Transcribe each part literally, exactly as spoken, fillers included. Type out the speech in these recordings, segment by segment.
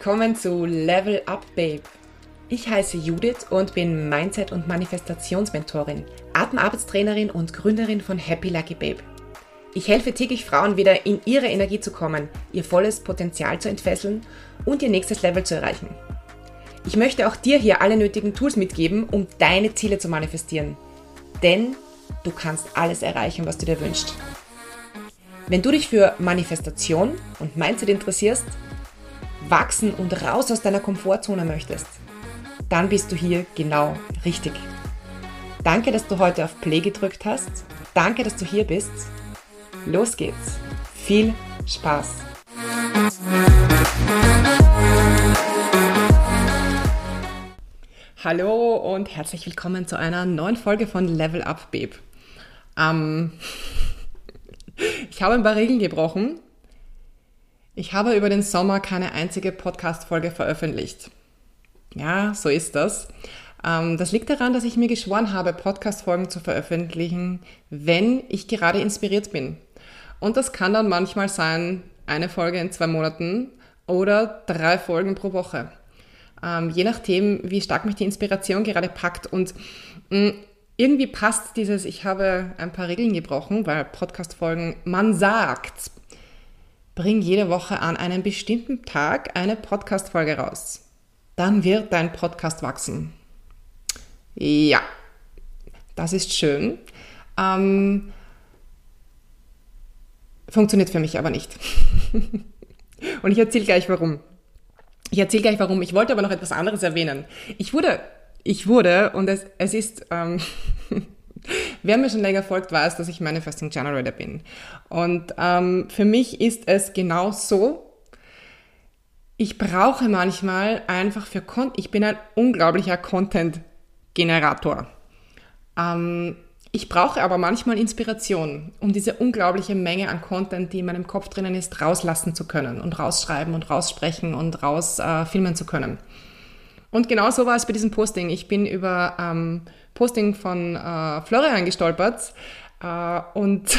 willkommen zu Level Up Babe. Ich heiße Judith und bin Mindset- und Manifestationsmentorin, Atemarbeitstrainerin und Gründerin von Happy Lucky Babe. Ich helfe täglich Frauen wieder in ihre Energie zu kommen, ihr volles Potenzial zu entfesseln und ihr nächstes Level zu erreichen. Ich möchte auch dir hier alle nötigen Tools mitgeben, um deine Ziele zu manifestieren. Denn du kannst alles erreichen, was du dir wünschst. Wenn du dich für Manifestation und Mindset interessierst, wachsen und raus aus deiner Komfortzone möchtest, dann bist du hier genau richtig. Danke, dass du heute auf Play gedrückt hast. Danke, dass du hier bist. Los geht's. Viel Spaß. Hallo und herzlich willkommen zu einer neuen Folge von Level Up Babe. Ähm, ich habe ein paar Regeln gebrochen. Ich habe über den Sommer keine einzige Podcast-Folge veröffentlicht. Ja, so ist das. Ähm, das liegt daran, dass ich mir geschworen habe, Podcast-Folgen zu veröffentlichen, wenn ich gerade inspiriert bin. Und das kann dann manchmal sein, eine Folge in zwei Monaten oder drei Folgen pro Woche. Ähm, je nachdem, wie stark mich die Inspiration gerade packt. Und mh, irgendwie passt dieses, ich habe ein paar Regeln gebrochen, weil Podcast-Folgen, man sagt, bring jede Woche an einem bestimmten Tag eine Podcast-Folge raus. Dann wird dein Podcast wachsen. Ja, das ist schön. Ähm, funktioniert für mich aber nicht. Und ich erzähle gleich warum. Ich erzähle gleich warum. Ich wollte aber noch etwas anderes erwähnen. Ich wurde, ich wurde, und es, es ist... Ähm, Wer mir schon länger folgt, weiß, dass ich Manifesting Generator bin. Und ähm, für mich ist es genau so, ich brauche manchmal einfach für Content, ich bin ein unglaublicher Content-Generator. Ähm, ich brauche aber manchmal Inspiration, um diese unglaubliche Menge an Content, die in meinem Kopf drinnen ist, rauslassen zu können und rausschreiben und raussprechen und rausfilmen äh, zu können. Und genau so war es bei diesem Posting. Ich bin über ähm, Posting von äh, Florian gestolpert äh, und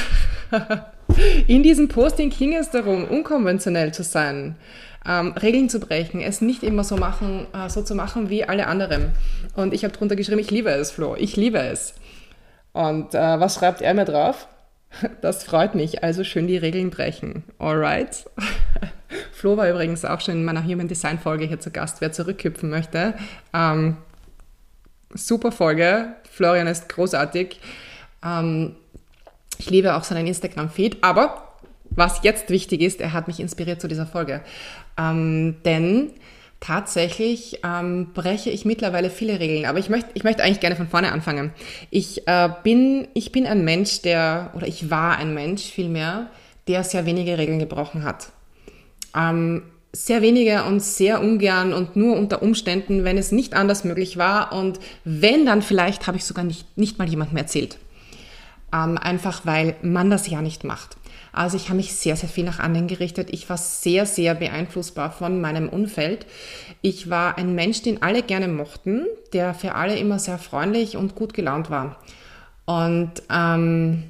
in diesem Posting ging es darum, unkonventionell zu sein, ähm, Regeln zu brechen, es nicht immer so machen, äh, so zu machen wie alle anderen. Und ich habe drunter geschrieben, ich liebe es, Flo, ich liebe es. Und äh, was schreibt er mir drauf? Das freut mich, also schön die Regeln brechen. Alright. Flo war übrigens auch schon in meiner Human Design Folge hier zu Gast, wer zurückhüpfen möchte. Ähm, super Folge, Florian ist großartig. Ähm, ich liebe auch seinen Instagram-Feed, aber was jetzt wichtig ist, er hat mich inspiriert zu dieser Folge. Ähm, denn tatsächlich ähm, breche ich mittlerweile viele Regeln, aber ich möchte, ich möchte eigentlich gerne von vorne anfangen. Ich, äh, bin, ich bin ein Mensch, der, oder ich war ein Mensch vielmehr, der sehr wenige Regeln gebrochen hat. Ähm, sehr wenige und sehr ungern und nur unter Umständen, wenn es nicht anders möglich war und wenn, dann vielleicht habe ich sogar nicht, nicht mal jemandem erzählt. Ähm, einfach weil man das ja nicht macht. Also ich habe mich sehr, sehr viel nach anderen gerichtet. Ich war sehr, sehr beeinflussbar von meinem Umfeld. Ich war ein Mensch, den alle gerne mochten, der für alle immer sehr freundlich und gut gelaunt war. Und ähm,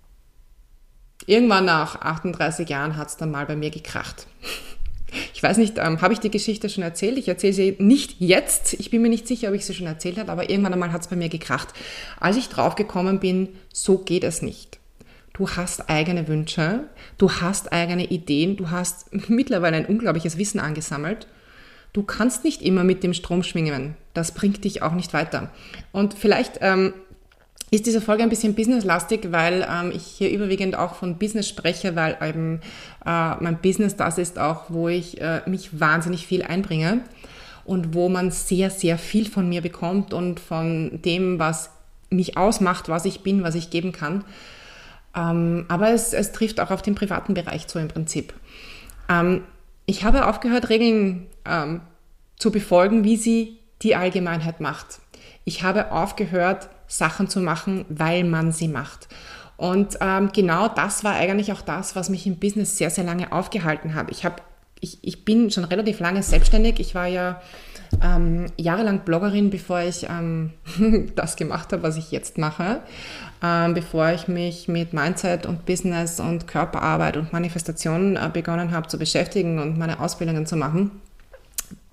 irgendwann nach achtunddreißig Jahren hat es dann mal bei mir gekracht. Ich weiß nicht, ähm, habe ich die Geschichte schon erzählt? Ich erzähle sie nicht jetzt. Ich bin mir nicht sicher, ob ich sie schon erzählt habe, aber irgendwann einmal hat es bei mir gekracht. Als ich draufgekommen bin, so geht es nicht. Du hast eigene Wünsche, du hast eigene Ideen, du hast mittlerweile ein unglaubliches Wissen angesammelt. Du kannst nicht immer mit dem Strom schwingen. Das bringt dich auch nicht weiter. Und vielleicht ähm, ist diese Folge ein bisschen businesslastig, weil ähm, ich hier überwiegend auch von Business spreche, weil eben äh, mein Business das ist auch, wo ich äh, mich wahnsinnig viel einbringe und wo man sehr, sehr viel von mir bekommt und von dem, was mich ausmacht, was ich bin, was ich geben kann. Ähm, aber es, es trifft auch auf den privaten Bereich zu im Prinzip. Ähm, ich habe aufgehört, Regeln ähm, zu befolgen, wie sie die Allgemeinheit macht. Ich habe aufgehört, Sachen zu machen, weil man sie macht. Und ähm, genau das war eigentlich auch das, was mich im Business sehr, sehr lange aufgehalten hat. Ich, hab, ich, ich bin schon relativ lange selbstständig. Ich war ja ähm, jahrelang Bloggerin, bevor ich ähm, das gemacht habe, was ich jetzt mache. Ähm, bevor ich mich mit Mindset und Business und Körperarbeit und Manifestation äh, begonnen habe zu beschäftigen und meine Ausbildungen zu machen.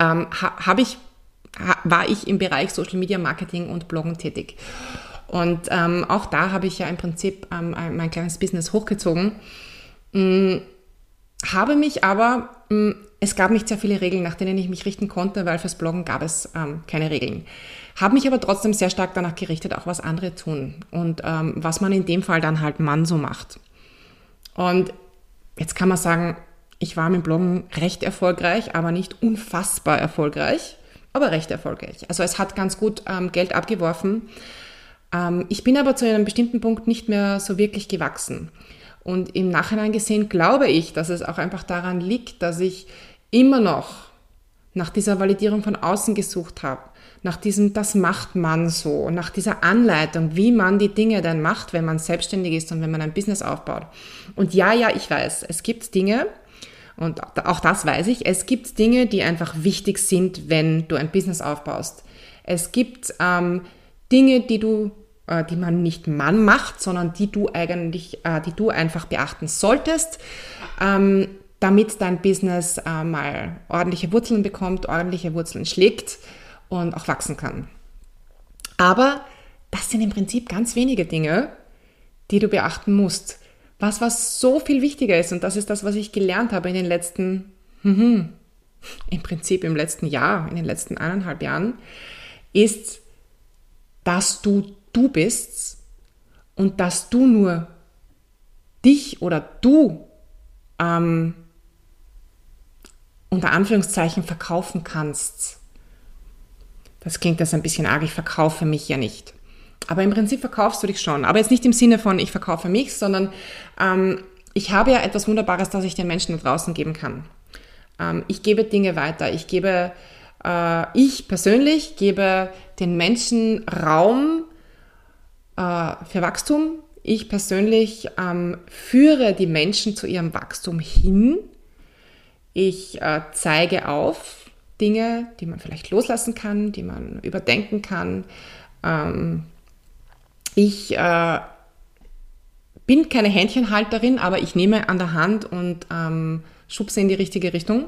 ähm, ha, hab ich, ha, war ich im Bereich Social Media Marketing und Bloggen tätig. Und ähm, auch da habe ich ja im Prinzip ähm, mein kleines Business hochgezogen. Ähm, habe mich aber, ähm, es gab nicht sehr viele Regeln, nach denen ich mich richten konnte, weil fürs Bloggen gab es ähm, keine Regeln. Habe mich aber trotzdem sehr stark danach gerichtet, auch was andere tun und ähm, was man in dem Fall dann halt Mann so macht. Und jetzt kann man sagen, ich war mit Bloggen recht erfolgreich, aber nicht unfassbar erfolgreich, aber recht erfolgreich. Also es hat ganz gut ähm, Geld abgeworfen. Ähm, ich bin aber zu einem bestimmten Punkt nicht mehr so wirklich gewachsen. Und im Nachhinein gesehen glaube ich, dass es auch einfach daran liegt, dass ich immer noch nach dieser Validierung von außen gesucht habe, nach diesem, das macht man so, nach dieser Anleitung, wie man die Dinge dann macht, wenn man selbstständig ist und wenn man ein Business aufbaut. Und ja, ja, ich weiß, es gibt Dinge, und auch das weiß ich, es gibt Dinge, die einfach wichtig sind, wenn du ein Business aufbaust. Es gibt ähm, Dinge, die du, äh, die man nicht Mann macht, sondern die du eigentlich, äh, die du einfach beachten solltest, ähm, damit dein Business äh, mal ordentliche Wurzeln bekommt, ordentliche Wurzeln schlägt und auch wachsen kann. Aber das sind im Prinzip ganz wenige Dinge, die du beachten musst. Was, was so viel wichtiger ist, und das ist das, was ich gelernt habe in den letzten, im Prinzip im letzten Jahr, in den letzten eineinhalb Jahren, ist, dass du du bist und dass du nur dich oder du ähm, unter Anführungszeichen verkaufen kannst. Das klingt jetzt ein bisschen arg, ich verkaufe mich ja nicht. Aber im Prinzip verkaufst du dich schon. Aber jetzt nicht im Sinne von, ich verkaufe mich, sondern ähm, ich habe ja etwas Wunderbares, das ich den Menschen da draußen geben kann. Ähm, ich gebe Dinge weiter. Ich gebe, äh, ich persönlich gebe den Menschen Raum äh, für Wachstum. Ich persönlich ähm, führe die Menschen zu ihrem Wachstum hin. Ich äh, zeige auf Dinge, die man vielleicht loslassen kann, die man überdenken kann. Ähm, ich äh, bin keine Händchenhalterin, aber ich nehme an der Hand und ähm, schubse in die richtige Richtung.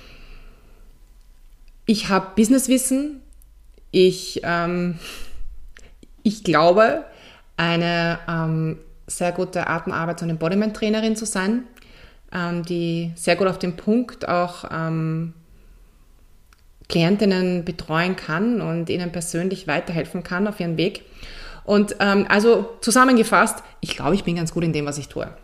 Ich habe Businesswissen. Ich, ähm, ich glaube, eine ähm, sehr gute Atemarbeit- und Embodiment-Trainerin zu sein, ähm, die sehr gut auf den Punkt auch ähm, Klientinnen betreuen kann und ihnen persönlich weiterhelfen kann auf ihren Weg. Und ähm, also zusammengefasst, ich glaube, ich bin ganz gut in dem, was ich tue.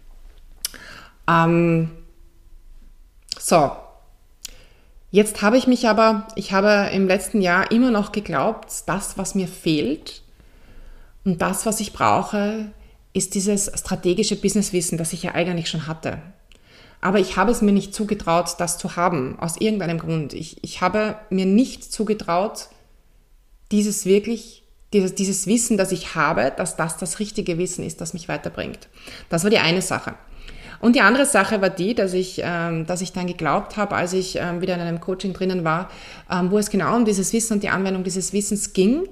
Ähm, so, jetzt habe ich mich aber, ich habe im letzten Jahr immer noch geglaubt, das, was mir fehlt und das, was ich brauche, ist dieses strategische Businesswissen, das ich ja eigentlich schon hatte. Aber ich habe es mir nicht zugetraut, das zu haben, aus irgendeinem Grund. Ich, ich habe mir nicht zugetraut, dieses wirklich, dieses, dieses Wissen, das ich habe, dass das das richtige Wissen ist, das mich weiterbringt. Das war die eine Sache. Und die andere Sache war die, dass ich, ähm, dass ich dann geglaubt habe, als ich ähm, wieder in einem Coaching drinnen war, ähm, wo es genau um dieses Wissen und die Anwendung dieses Wissens ging,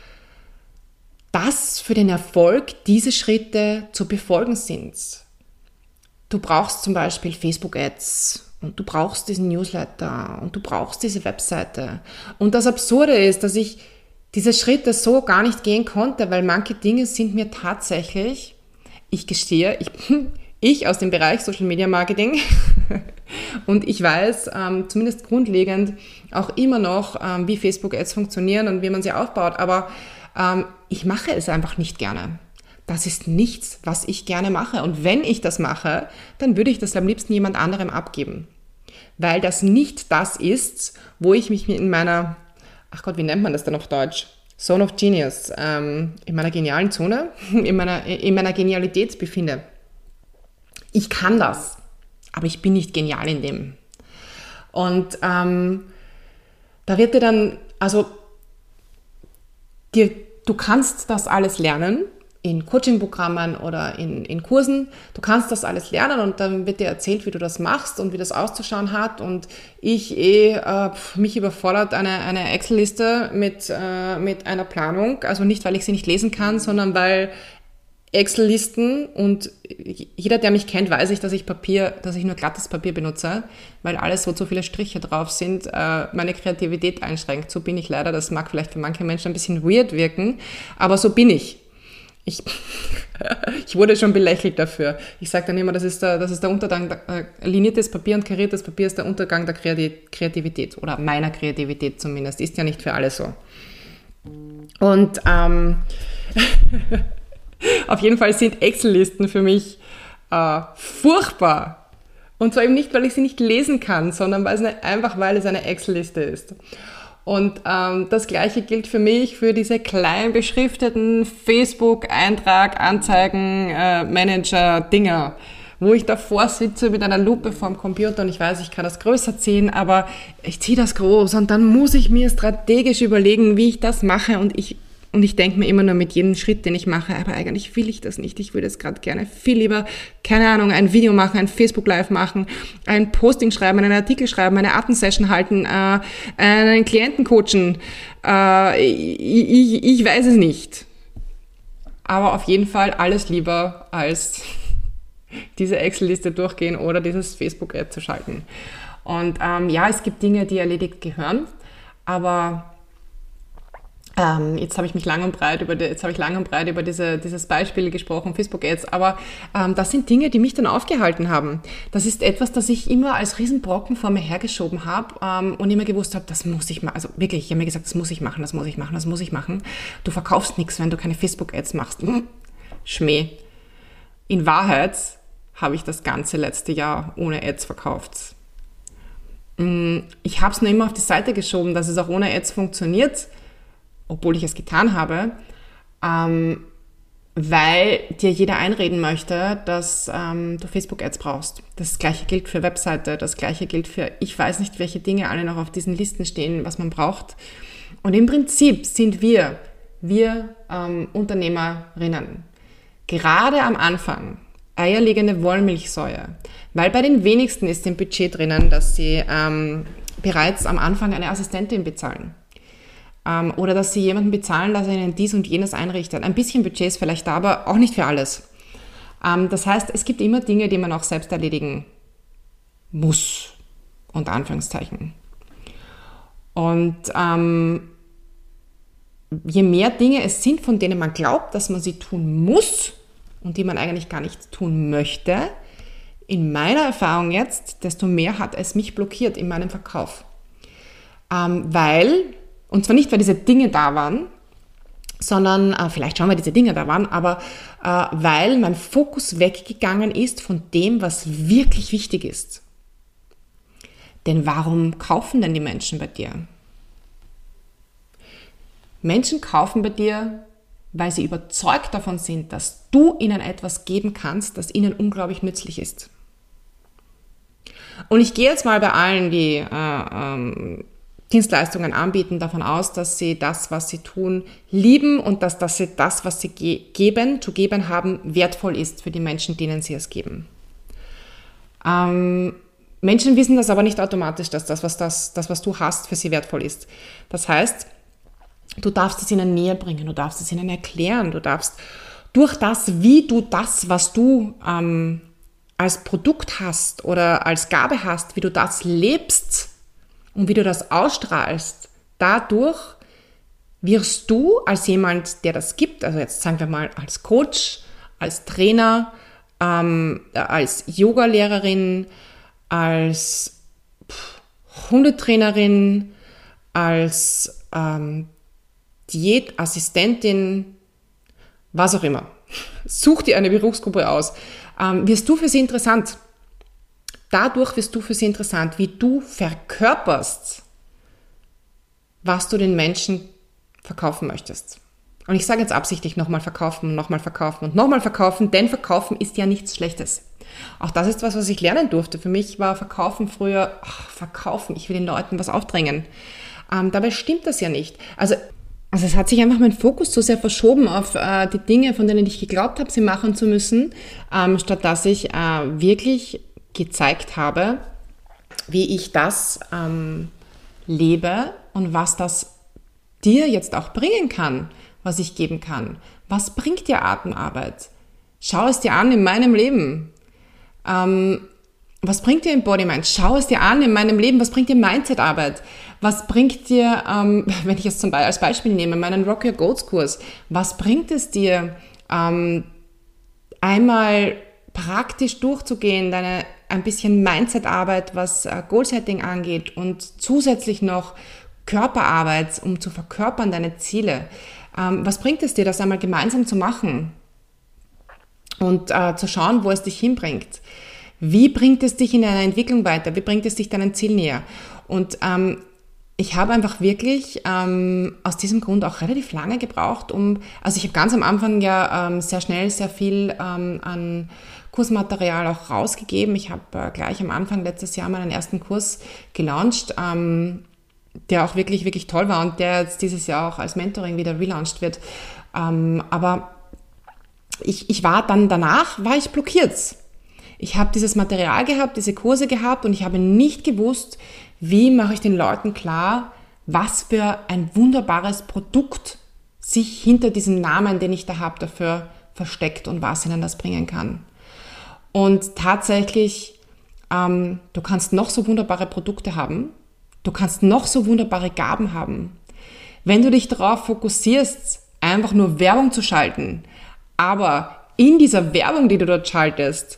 dass für den Erfolg diese Schritte zu befolgen sind. Du brauchst zum Beispiel Facebook-Ads und du brauchst diesen Newsletter und du brauchst diese Webseite. Und das Absurde ist, dass ich diese Schritte so gar nicht gehen konnte, weil manche Dinge sind mir tatsächlich, ich gestehe, ich bin ich aus dem Bereich Social Media Marketing und ich weiß ähm, zumindest grundlegend auch immer noch, ähm, wie Facebook-Ads funktionieren und wie man sie aufbaut, aber ähm, ich mache es einfach nicht gerne. Das ist nichts, was ich gerne mache. Und wenn ich das mache, dann würde ich das am liebsten jemand anderem abgeben. Weil das nicht das ist, wo ich mich in meiner, ach Gott, wie nennt man das denn auf Deutsch? Zone of Genius, ähm, in meiner genialen Zone, in meiner, in meiner Genialität befinde. Ich kann das, aber ich bin nicht genial in dem. Und ähm, da wird dir dann, also dir, du kannst das alles lernen, in Coaching-Programmen oder in, in Kursen. Du kannst das alles lernen und dann wird dir erzählt, wie du das machst und wie das auszuschauen hat. Und ich eh, äh, mich überfordert eine, eine Excel-Liste mit, äh, mit einer Planung. Also nicht, weil ich sie nicht lesen kann, sondern weil Excel-Listen und jeder, der mich kennt, weiß ich, dass ich Papier, dass ich nur glattes Papier benutze, weil alles, wo zu viele Striche drauf sind, meine Kreativität einschränkt. So bin ich leider. Das mag vielleicht für manche Menschen ein bisschen weird wirken, aber so bin ich. Ich, ich wurde schon belächelt dafür. Ich sage dann immer, das ist der, das ist der Untergang, äh, liniertes Papier und kariertes Papier ist der Untergang der Kreativität oder meiner Kreativität zumindest. Ist ja nicht für alle so. Und ähm, auf jeden Fall sind Excel-Listen für mich äh, furchtbar. Und zwar eben nicht, weil ich sie nicht lesen kann, sondern weil es eine, einfach, weil es eine Excel-Liste ist. Und ähm, das Gleiche gilt für mich für diese klein beschrifteten Facebook-Eintrag, Anzeigen, äh, Manager-Dinger, wo ich davor sitze mit einer Lupe vorm Computer und ich weiß, ich kann das größer ziehen, aber ich ziehe das groß und dann muss ich mir strategisch überlegen, wie ich das mache und ich Und ich denke mir immer nur mit jedem Schritt, den ich mache, aber eigentlich will ich das nicht. Ich würde jetzt gerade gerne viel lieber, keine Ahnung, ein Video machen, ein Facebook-Live machen, ein Posting schreiben, einen Artikel schreiben, eine Atemsession halten, äh, einen Klienten coachen. Äh, ich, ich, ich weiß es nicht. Aber auf jeden Fall alles lieber als diese Excel-Liste durchgehen oder dieses Facebook-Ad zu schalten. Und ähm, ja, es gibt Dinge, die erledigt gehören, aber Ähm, jetzt habe ich mich lang und breit über die, jetzt habe ich lang und breit über diese, dieses Beispiel gesprochen, Facebook-Ads, aber ähm, das sind Dinge, die mich dann aufgehalten haben. Das ist etwas, das ich immer als Riesenbrocken vor mir hergeschoben habe ähm, und immer gewusst habe, das muss ich machen. Also wirklich, ich habe mir gesagt, das muss ich machen, das muss ich machen, das muss ich machen. Du verkaufst nichts, wenn du keine Facebook-Ads machst. Hm. Schmäh. In Wahrheit habe ich das ganze letzte Jahr ohne Ads verkauft. Ich habe es nur immer auf die Seite geschoben, dass es auch ohne Ads funktioniert, obwohl ich es getan habe, ähm, weil dir jeder einreden möchte, dass ähm, du Facebook-Ads brauchst. Das Gleiche gilt für Webseite, das Gleiche gilt für, ich weiß nicht, welche Dinge alle noch auf diesen Listen stehen, was man braucht. Und im Prinzip sind wir, wir ähm, Unternehmerinnen, gerade am Anfang eierlegende Wollmilchsäue, weil bei den wenigsten ist im Budget drinnen, dass sie ähm, bereits am Anfang eine Assistentin bezahlen. Oder dass sie jemanden bezahlen, dass er ihnen dies und jenes einrichtet. Ein bisschen Budget ist vielleicht da, aber auch nicht für alles. Das heißt, es gibt immer Dinge, die man auch selbst erledigen muss, unter Anführungszeichen. Und ähm, je mehr Dinge es sind, von denen man glaubt, dass man sie tun muss und die man eigentlich gar nicht tun möchte, in meiner Erfahrung jetzt, desto mehr hat es mich blockiert in meinem Verkauf. Ähm, weil... Und zwar nicht, weil diese Dinge da waren, sondern äh, vielleicht schon, weil diese Dinge da waren, aber äh, weil mein Fokus weggegangen ist von dem, was wirklich wichtig ist. Denn warum kaufen denn die Menschen bei dir? Menschen kaufen bei dir, weil sie überzeugt davon sind, dass du ihnen etwas geben kannst, das ihnen unglaublich nützlich ist. Und ich gehe jetzt mal bei allen, die äh, ähm, Dienstleistungen anbieten, davon aus, dass sie das, was sie tun, lieben und dass, dass sie das, was sie ge- geben, zu geben haben, wertvoll ist für die Menschen, denen sie es geben. Ähm, Menschen wissen das aber nicht automatisch, dass das was, das, das, was du hast, für sie wertvoll ist. Das heißt, du darfst es ihnen näher bringen, du darfst es ihnen erklären, du darfst durch das, wie du das, was du ähm, als Produkt hast oder als Gabe hast, wie du das lebst, und wie du das ausstrahlst, dadurch wirst du als jemand, der das gibt, also jetzt sagen wir mal als Coach, als Trainer, ähm, als Yoga-Lehrerin, als pff, Hundetrainerin, als ähm, Diätassistentin, was auch immer. Such dir eine Berufsgruppe aus. Ähm, wirst du für sie interessant? Dadurch wirst du für sie interessant, wie du verkörperst, was du den Menschen verkaufen möchtest. Und ich sage jetzt absichtlich nochmal verkaufen, nochmal verkaufen und nochmal verkaufen, denn verkaufen ist ja nichts Schlechtes. Auch das ist was, was ich lernen durfte. Für mich war Verkaufen früher, ach, verkaufen, ich will den Leuten was aufdrängen. Ähm, dabei stimmt das ja nicht. Also, also es hat sich einfach mein Fokus so sehr verschoben auf äh, die Dinge, von denen ich geglaubt habe, sie machen zu müssen, ähm, statt dass ich äh, wirklich gezeigt habe, wie ich das ähm, lebe und was das dir jetzt auch bringen kann, was ich geben kann. Was bringt dir Atemarbeit? Schau es dir an in meinem Leben. Ähm, was bringt dir Embodiment? Schau es dir an in meinem Leben. Was bringt dir Mindset-Arbeit? Was bringt dir, ähm, wenn ich es zum Beispiel als Beispiel nehme, meinen Rock Your Goals Kurs, was bringt es dir, ähm, einmal praktisch durchzugehen, deine ein bisschen Mindset-Arbeit, was äh, Goal-Setting angeht und zusätzlich noch Körperarbeit, um zu verkörpern deine Ziele. Ähm, was bringt es dir, das einmal gemeinsam zu machen und äh, zu schauen, wo es dich hinbringt? Wie bringt es dich in deiner Entwicklung weiter? Wie bringt es dich deinem Ziel näher? Und ähm, ich habe einfach wirklich ähm, aus diesem Grund auch relativ lange gebraucht, um, also ich habe ganz am Anfang ja ähm, sehr schnell sehr viel ähm, an Kursmaterial auch rausgegeben. Ich habe äh, gleich am Anfang letztes Jahr meinen ersten Kurs gelauncht, ähm, der auch wirklich, wirklich toll war und der jetzt dieses Jahr auch als Mentoring wieder relaunched wird. Ähm, aber ich, ich war dann danach, war ich blockiert. Ich habe dieses Material gehabt, diese Kurse gehabt und ich habe nicht gewusst, wie mache ich den Leuten klar, was für ein wunderbares Produkt sich hinter diesem Namen, den ich da habe, dafür versteckt und was ihnen das bringen kann. Und tatsächlich, ähm, du kannst noch so wunderbare Produkte haben, du kannst noch so wunderbare Gaben haben. Wenn du dich darauf fokussierst, einfach nur Werbung zu schalten, aber in dieser Werbung, die du dort schaltest,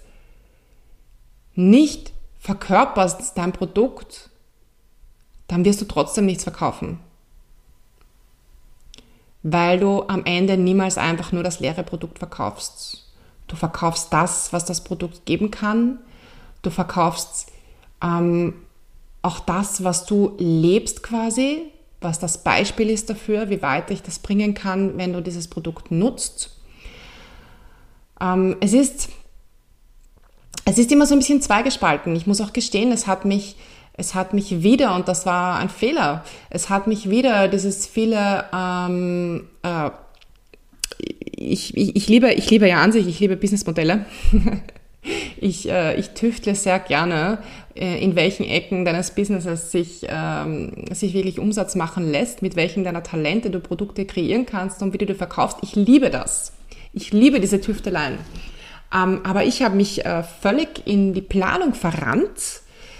nicht verkörperst dein Produkt, dann wirst du trotzdem nichts verkaufen. Weil du am Ende niemals einfach nur das leere Produkt verkaufst. Du verkaufst das, was das Produkt geben kann. Du verkaufst ähm, auch das, was du lebst quasi, was das Beispiel ist dafür, wie weit dich das bringen kann, wenn du dieses Produkt nutzt. Ähm, es ist, es ist immer so ein bisschen zweigespalten. Ich muss auch gestehen, es hat mich Es hat mich wieder, und das war ein Fehler, es hat mich wieder dieses viele, ähm, äh, ich, ich, ich, liebe, ich liebe ja an sich, ich liebe Businessmodelle. ich, äh, ich tüftle sehr gerne, äh, in welchen Ecken deines Businesses sich, ähm, sich wirklich Umsatz machen lässt, mit welchen deiner Talente du Produkte kreieren kannst und wie du die verkaufst. Ich liebe das. Ich liebe diese Tüfteleien. Ähm, aber ich habe mich äh, völlig in die Planung verrannt,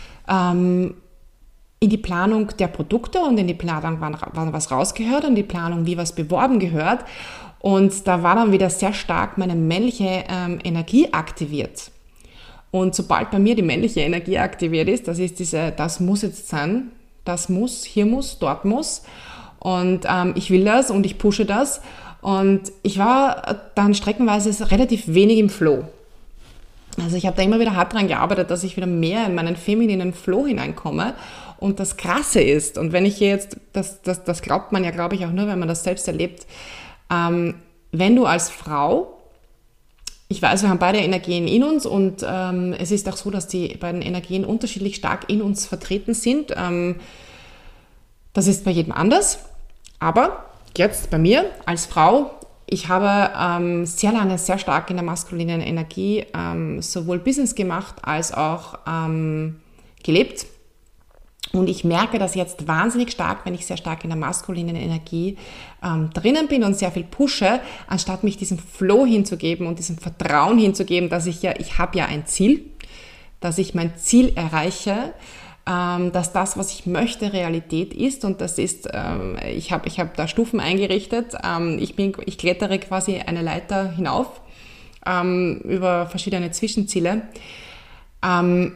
in die Planung der Produkte und in die Planung, wann, wann was rausgehört und die Planung, wie was beworben gehört. Und da war dann wieder sehr stark meine männliche ähm, Energie aktiviert. Und sobald bei mir die männliche Energie aktiviert ist, das ist diese, das muss jetzt sein, das muss, hier muss, dort muss. Und ähm, ich will das und ich pushe das. Und ich war dann streckenweise relativ wenig im Flow. Also ich habe da immer wieder hart dran gearbeitet, dass ich wieder mehr in meinen femininen Flow hineinkomme. Und das Krasse ist, und wenn ich hier jetzt, das, das, das glaubt man ja, glaube ich, auch nur, wenn man das selbst erlebt, ähm, wenn du als Frau, ich weiß, wir haben beide Energien in uns und ähm, es ist auch so, dass die beiden Energien unterschiedlich stark in uns vertreten sind. Ähm, das ist bei jedem anders. Aber jetzt bei mir als Frau, ich habe ähm, sehr lange sehr stark in der maskulinen Energie ähm, sowohl Business gemacht als auch ähm, gelebt. Und ich merke das jetzt wahnsinnig stark, wenn ich sehr stark in der maskulinen Energie ähm, drinnen bin und sehr viel pushe, anstatt mich diesem Flow hinzugeben und diesem Vertrauen hinzugeben, dass ich ja, ich habe ja ein Ziel, dass ich mein Ziel erreiche, ähm, dass das, was ich möchte, Realität ist. Und das ist, ähm, ich habe ich hab da Stufen eingerichtet. Ähm, ich, bin, ich klettere quasi eine Leiter hinauf ähm, über verschiedene Zwischenziele, ähm,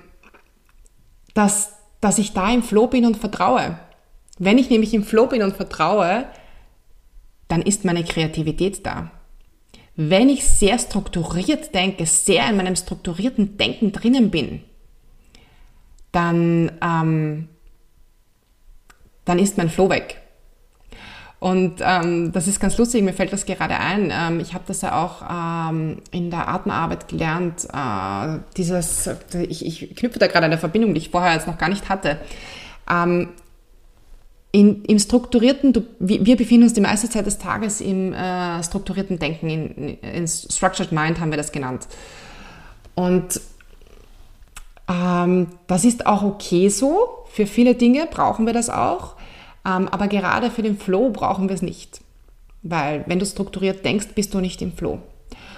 dass dass ich da im Flow bin und vertraue. Wenn ich nämlich im Flow bin und vertraue, dann ist meine Kreativität da. Wenn ich sehr strukturiert denke, sehr in meinem strukturierten Denken drinnen bin, dann, ähm, dann ist mein Flow weg. Und ähm, das ist ganz lustig, mir fällt das gerade ein. Ähm, ich habe das ja auch ähm, in der Atemarbeit gelernt. Äh, dieses, ich, ich knüpfe da gerade eine Verbindung, die ich vorher jetzt noch gar nicht hatte. Ähm, in, Im strukturierten, du, wir befinden uns die meiste Zeit des Tages im äh, strukturierten Denken, in, in Structured Mind haben wir das genannt. Und ähm, das ist auch okay so. Für viele Dinge brauchen wir das auch. Ähm, aber gerade für den Flow brauchen wir es nicht. Weil wenn du strukturiert denkst, bist du nicht im Flow.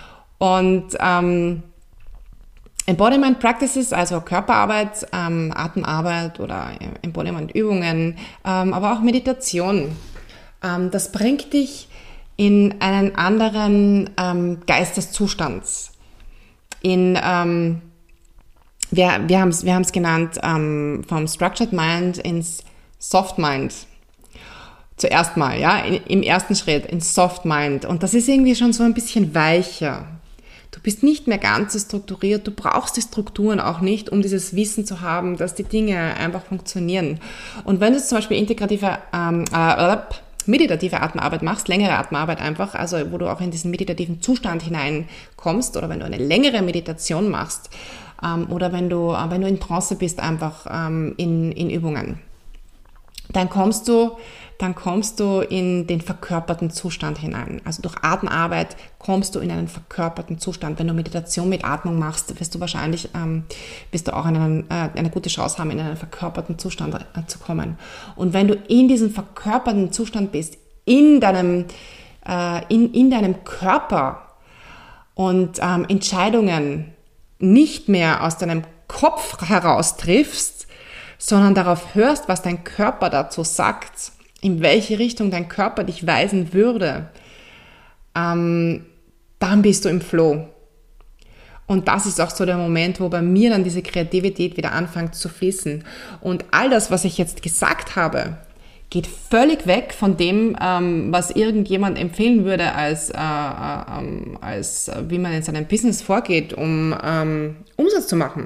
Und ähm, Embodiment Practices, also Körperarbeit, ähm, Atemarbeit oder Embodiment-Übungen, ähm, aber auch Meditation, ähm, das bringt dich in einen anderen ähm, Geisteszustand. In, ähm, wir wir haben es wir haben's genannt, ähm, vom Structured Mind ins Soft Mind. Zuerst mal, ja, in, im ersten Schritt ins Soft Mind. Und das ist irgendwie schon so ein bisschen weicher. Du bist nicht mehr ganz so strukturiert, du brauchst die Strukturen auch nicht, um dieses Wissen zu haben, dass die Dinge einfach funktionieren. Und wenn du zum Beispiel integrative, ähm, äh, meditative Atemarbeit machst, längere Atemarbeit einfach, also wo du auch in diesen meditativen Zustand hineinkommst, oder wenn du eine längere Meditation machst, ähm, oder wenn du, äh, wenn du in Trance bist, einfach ähm, in, in Übungen, dann kommst du dann kommst du in den verkörperten Zustand hinein. Also durch Atemarbeit kommst du in einen verkörperten Zustand. Wenn du Meditation mit Atmung machst, wirst du wahrscheinlich, ähm, wirst du auch einen, äh, eine gute Chance haben, in einen verkörperten Zustand äh, zu kommen. Und wenn du in diesem verkörperten Zustand bist, in deinem, äh, in, in deinem Körper und ähm, Entscheidungen nicht mehr aus deinem Kopf heraus triffst, sondern darauf hörst, was dein Körper dazu sagt, in welche Richtung dein Körper dich weisen würde, ähm, dann bist du im Flow. Und das ist auch so der Moment, wo bei mir dann diese Kreativität wieder anfängt zu fließen. Und all das, was ich jetzt gesagt habe, geht völlig weg von dem, ähm, was irgendjemand empfehlen würde, als, äh, äh, als äh, wie man in seinem Business vorgeht, um ähm, Umsatz zu machen.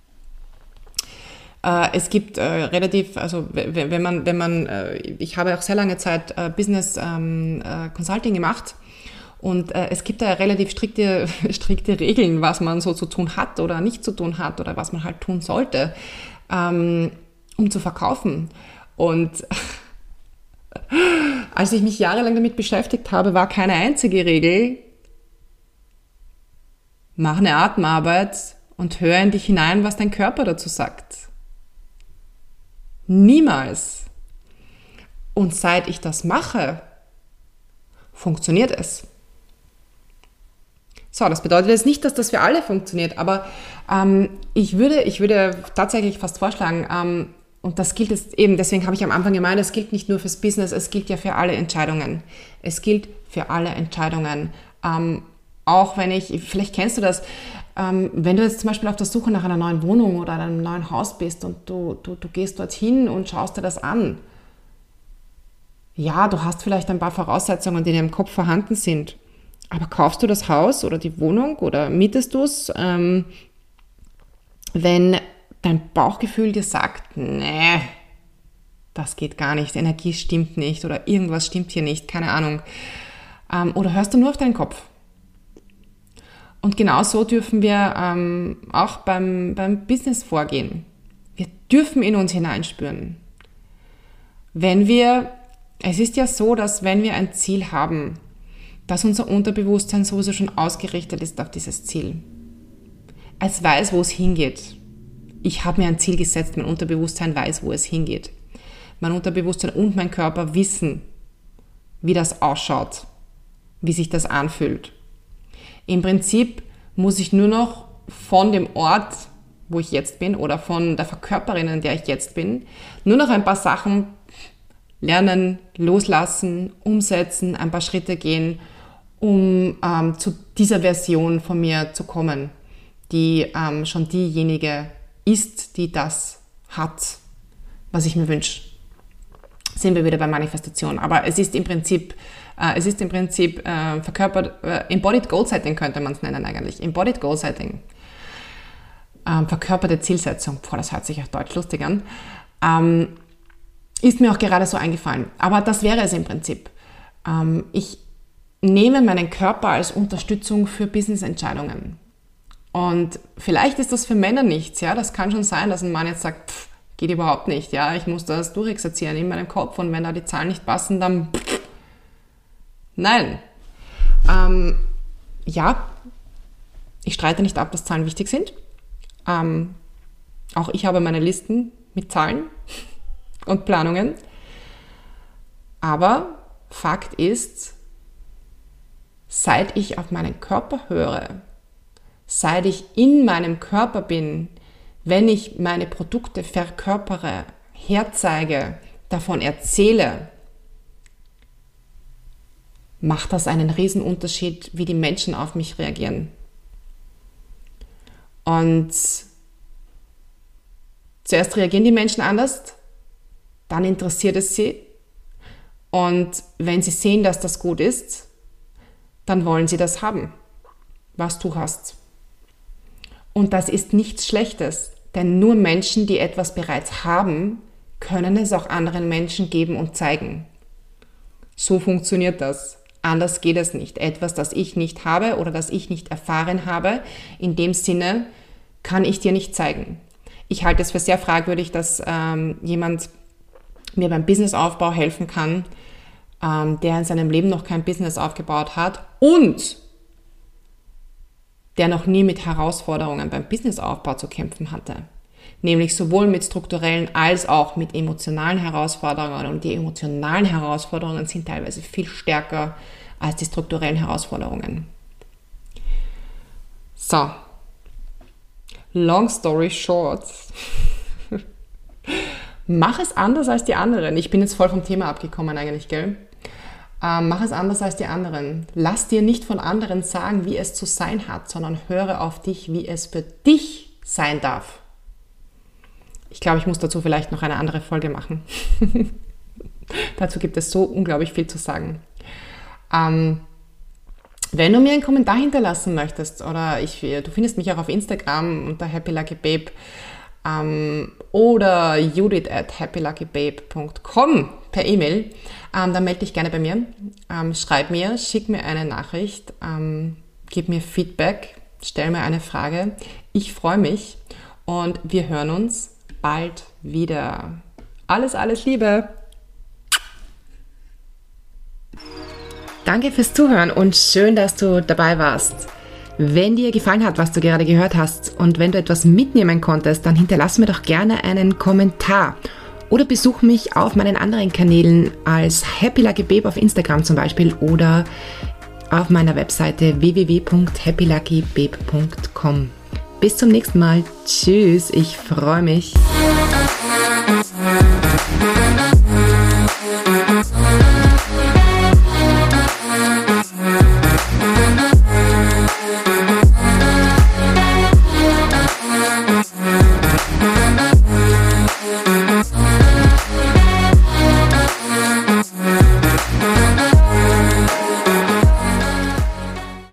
Es gibt äh, relativ, also wenn man, wenn man, äh, ich habe auch sehr lange Zeit äh, Business ähm, äh, Consulting gemacht und äh, es gibt da relativ strikte, strikte Regeln, was man so zu tun hat oder nicht zu tun hat oder was man halt tun sollte, ähm, um zu verkaufen. Und als ich mich jahrelang damit beschäftigt habe, war keine einzige Regel: Mach eine Atemarbeit und hör in dich hinein, was dein Körper dazu sagt. Niemals. Und seit ich das mache, funktioniert es. So, das bedeutet jetzt nicht, dass das für alle funktioniert, aber ähm, ich würde, ich würde tatsächlich fast vorschlagen, ähm, und das gilt jetzt eben, deswegen habe ich am Anfang gemeint, es gilt nicht nur fürs Business, es gilt ja für alle Entscheidungen. Es gilt für alle Entscheidungen. Ähm, auch wenn ich, vielleicht kennst du das, Ähm, wenn du jetzt zum Beispiel auf der Suche nach einer neuen Wohnung oder einem neuen Haus bist und du, du, du gehst dorthin und schaust dir das an. Ja, du hast vielleicht ein paar Voraussetzungen, die in deinem Kopf vorhanden sind. Aber kaufst du das Haus oder die Wohnung oder mietest du es, ähm, wenn dein Bauchgefühl dir sagt, nee, das geht gar nicht, Energie stimmt nicht oder irgendwas stimmt hier nicht, keine Ahnung. Ähm, oder hörst du nur auf deinen Kopf? Und genau so dürfen wir ähm, auch beim, beim Business vorgehen. Wir dürfen in uns hineinspüren. Wenn wir, es ist ja so, dass wenn wir ein Ziel haben, dass unser Unterbewusstsein sowieso schon ausgerichtet ist auf dieses Ziel. Es weiß, wo es hingeht. Ich habe mir ein Ziel gesetzt, mein Unterbewusstsein weiß, wo es hingeht. Mein Unterbewusstsein und mein Körper wissen, wie das ausschaut, wie sich das anfühlt. Im Prinzip muss ich nur noch von dem Ort, wo ich jetzt bin, oder von der Verkörperin, in der ich jetzt bin, nur noch ein paar Sachen lernen, loslassen, umsetzen, ein paar Schritte gehen, um ähm, zu dieser Version von mir zu kommen, die ähm, schon diejenige ist, die das hat, was ich mir wünsche. Sind wir wieder bei Manifestation. Aber es ist im Prinzip Uh, es ist im Prinzip uh, verkörpert, uh, Embodied Goal Setting könnte man es nennen eigentlich. Embodied Goal Setting. Um, verkörperte Zielsetzung. Boah, das hört sich auch deutsch lustig an. Um, ist mir auch gerade so eingefallen. Aber das wäre es im Prinzip. Um, ich nehme meinen Körper als Unterstützung für Business-Entscheidungen. Und vielleicht ist das für Männer nichts. Ja? Das kann schon sein, dass ein Mann jetzt sagt, pff, geht überhaupt nicht. Ja? Ich muss das durchexerzieren in meinem Kopf und wenn da die Zahlen nicht passen, dann... Pff, Nein. Ähm, ja, ich streite nicht ab, dass Zahlen wichtig sind. Ähm, auch ich habe meine Listen mit Zahlen und Planungen. Aber Fakt ist, seit ich auf meinen Körper höre, seit ich in meinem Körper bin, wenn ich meine Produkte verkörpere, herzeige, davon erzähle, macht das einen riesen Unterschied, wie die Menschen auf mich reagieren. Und zuerst reagieren die Menschen anders, dann interessiert es sie. Und wenn sie sehen, dass das gut ist, dann wollen sie das haben, was du hast. Und das ist nichts Schlechtes, denn nur Menschen, die etwas bereits haben, können es auch anderen Menschen geben und zeigen. So funktioniert das. Anders geht es nicht. Etwas, das ich nicht habe oder das ich nicht erfahren habe, in dem Sinne kann ich dir nicht zeigen. Ich halte es für sehr fragwürdig, dass ähm, jemand mir beim Businessaufbau helfen kann, ähm, der in seinem Leben noch kein Business aufgebaut hat und der noch nie mit Herausforderungen beim Businessaufbau zu kämpfen hatte. Nämlich sowohl mit strukturellen als auch mit emotionalen Herausforderungen. Und die emotionalen Herausforderungen sind teilweise viel stärker als die strukturellen Herausforderungen. So, long story short. Mach es anders als die anderen. Ich bin jetzt voll vom Thema abgekommen eigentlich, gell? Ähm, mach es anders als die anderen. Lass dir nicht von anderen sagen, wie es zu sein hat, sondern höre auf dich, wie es für dich sein darf. Ich glaube, ich muss dazu vielleicht noch eine andere Folge machen. Dazu gibt es so unglaublich viel zu sagen. Ähm, wenn du mir einen Kommentar hinterlassen möchtest, oder ich, du findest mich auch auf Instagram unter happyluckybabe ähm, oder judith at happyluckybabe punkt com per E-Mail, ähm, dann melde dich gerne bei mir. Ähm, schreib mir, schick mir eine Nachricht, ähm, gib mir Feedback, stell mir eine Frage. Ich freue mich und wir hören uns bald wieder. Alles, alles Liebe! Danke fürs Zuhören und schön, dass du dabei warst. Wenn dir gefallen hat, was du gerade gehört hast und wenn du etwas mitnehmen konntest, dann hinterlass mir doch gerne einen Kommentar oder besuch mich auf meinen anderen Kanälen als happyluckybabe auf Instagram zum Beispiel oder auf meiner Webseite w w w punkt happyluckybabe punkt com. Bis zum nächsten Mal. Tschüss, ich freue mich.